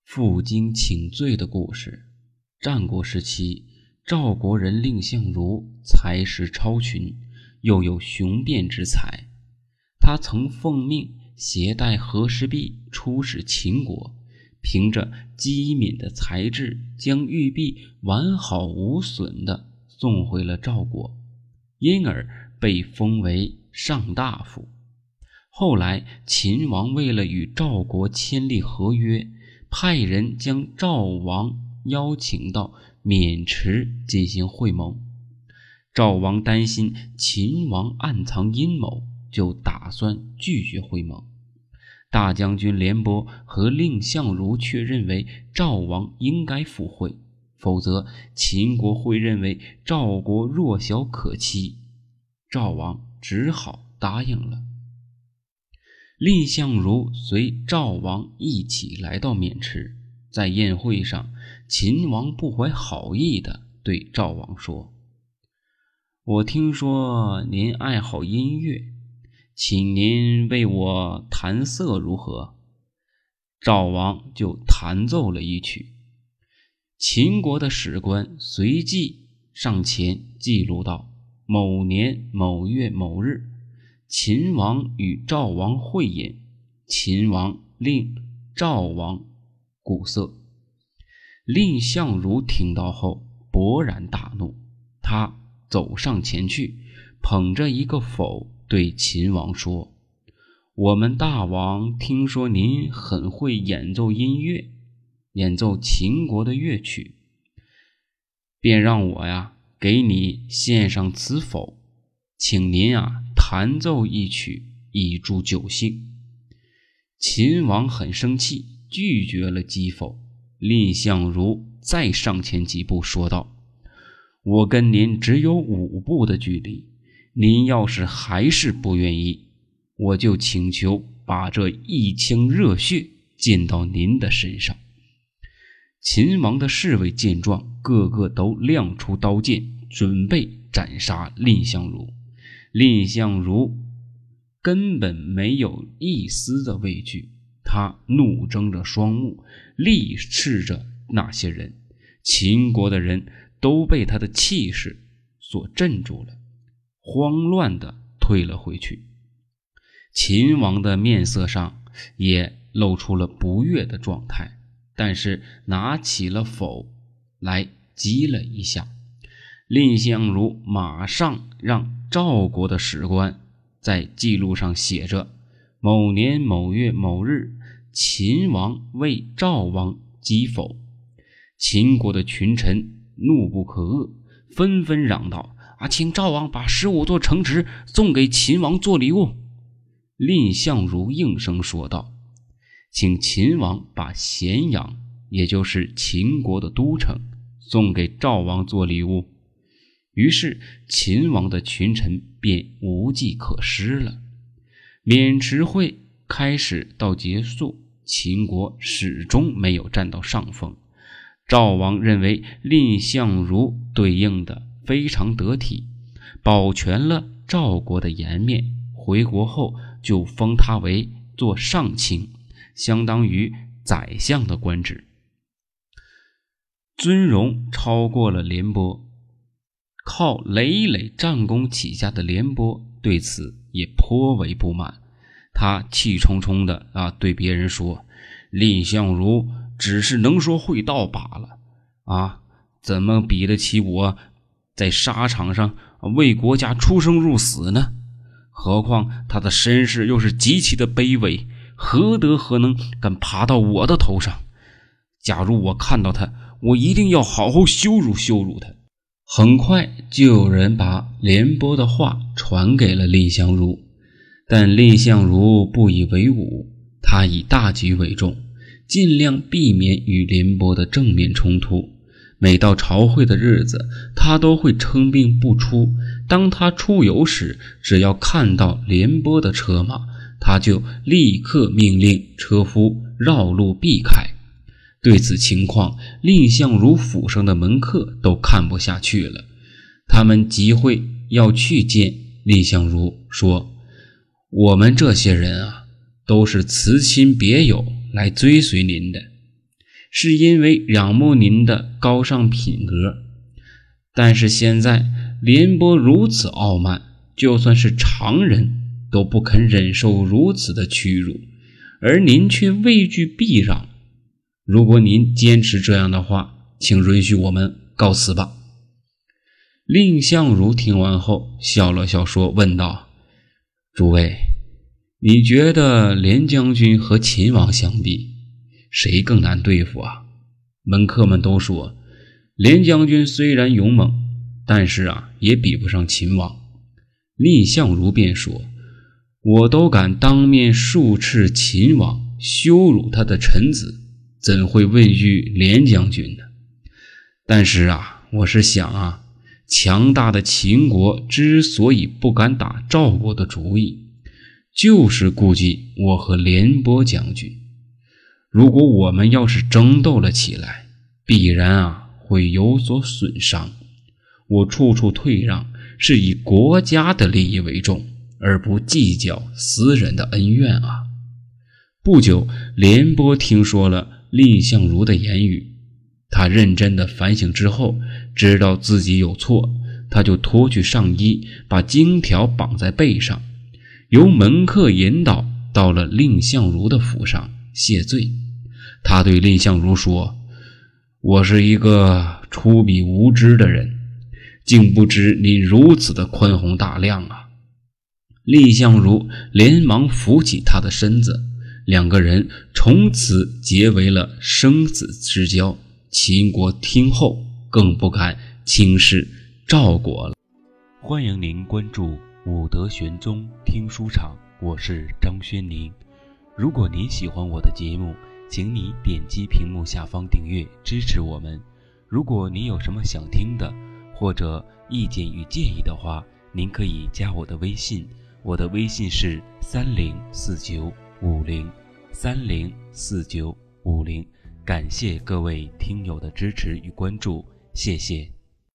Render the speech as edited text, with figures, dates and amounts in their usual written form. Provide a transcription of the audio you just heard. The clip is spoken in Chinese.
负荆请罪的故事。战国时期，赵国人蔺相如才识超群，又有雄辩之才。他曾奉命携带和氏璧出使秦国，凭着机敏的才智，将玉璧完好无损地送回了赵国，因而被封为上大夫。后来秦王为了与赵国签立合约，派人将赵王邀请到渑池进行会盟。赵王担心秦王暗藏阴谋，就打算拒绝会盟。大将军廉颇和蔺相如却认为赵王应该赴会，否则秦国会认为赵国弱小可欺。赵王只好答应了。蔺相如随赵王一起来到渑池，在宴会上，秦王不怀好意地对赵王说：“我听说您爱好音乐，请您为我弹瑟如何？”赵王就弹奏了一曲。秦国的史官随即上前记录道：某年某月某日，秦王与赵王会饮，秦王令赵王鼓瑟。蔺相如听到后勃然大怒，他走上前去，捧着一个否对秦王说：“我们大王听说您很会演奏音乐，演奏秦国的乐曲，便让我给你献上此否，请您弹奏一曲以助酒兴。”秦王很生气，拒绝了击否。蔺相如再上前几步说道：“我跟您只有5步的距离，您要是还是不愿意，我就请求把这一腔热血溅到您的身上。”秦王的侍卫见状，个个都亮出刀剑，准备斩杀蔺相如。蔺相如根本没有一丝的畏惧，他怒睁着双目，厉斥着那些人。秦国的人都被他的气势所镇住了，慌乱地退了回去。秦王的面色上也露出了不悦的状态，但是拿起了否来击了一下。蔺相如马上让赵国的史官在记录上写着：某年某月某日，秦王为赵王击否。秦国的群臣怒不可遏，纷纷嚷道：“请赵王把15座城池送给秦王做礼物。”蔺相如应声说道：“请秦王把咸阳，也就是秦国的都城，送给赵王做礼物。”于是秦王的群臣便无计可施了。渑池会开始到结束，秦国始终没有占到上风。赵王认为蔺相如对应的非常得体，保全了赵国的颜面，回国后就封他为做上卿，相当于宰相的官职，尊荣超过了廉颇。靠累累战功起家的廉颇对此也颇为不满，他气冲冲的对别人说：“蔺相如只是能说会道罢了怎么比得起我在沙场上为国家出生入死呢？何况他的身世又是极其的卑微，何德何能敢爬到我的头上？假如我看到他，我一定要好好羞辱羞辱他。”很快就有人把廉颇的话传给了蔺相如，但蔺相如不以为忤，他以大局为重，尽量避免与廉颇的正面冲突。每到朝会的日子，他都会称病不出。当他出游时，只要看到廉颇的车马，他就立刻命令车夫绕路避开。对此情况，蔺相如府上的门客都看不下去了，他们集会要去见蔺相如，说：“我们这些人都是辞亲别友来追随您的。” 是因为仰慕您的高尚品格。但是现在廉颇如此傲慢，就算是常人都不肯忍受如此的屈辱，而您却畏惧避让。如果您坚持这样的话，请允许我们告辞吧。蔺相如听完后笑了笑说，问道：诸位，你觉得廉将军和秦王相比，谁更难对付啊？门客们都说，廉将军虽然勇猛，但是也比不上秦王。蔺相如便说，我都敢当面数斥秦王，羞辱他的臣子，怎会畏惧廉将军呢？但是我是想强大的秦国之所以不敢打赵国的主意，就是顾忌我和廉颇将军。如果我们要是争斗了起来，必然会有所损伤。我处处退让，是以国家的利益为重，而不计较私人的恩怨啊。不久，廉颇听说了蔺相如的言语，他认真的反省之后，知道自己有错，他就脱去上衣，把荆条绑在背上，由门客引导到了蔺相如的府上谢罪。他对蔺相如说，我是一个粗鄙无知的人，竟不知你如此的宽宏大量啊。蔺相如连忙扶起他的身子，两个人从此结为了生死之交。秦国听后更不敢轻视赵国了。 欢迎您关注武德玄宗听书场，我是张轩宁。如果您喜欢我的节目，请你点击屏幕下方订阅支持我们。如果您有什么想听的或者意见与建议的话，您可以加我的微信，我的微信是304950304950。感谢各位听友的支持与关注，谢谢。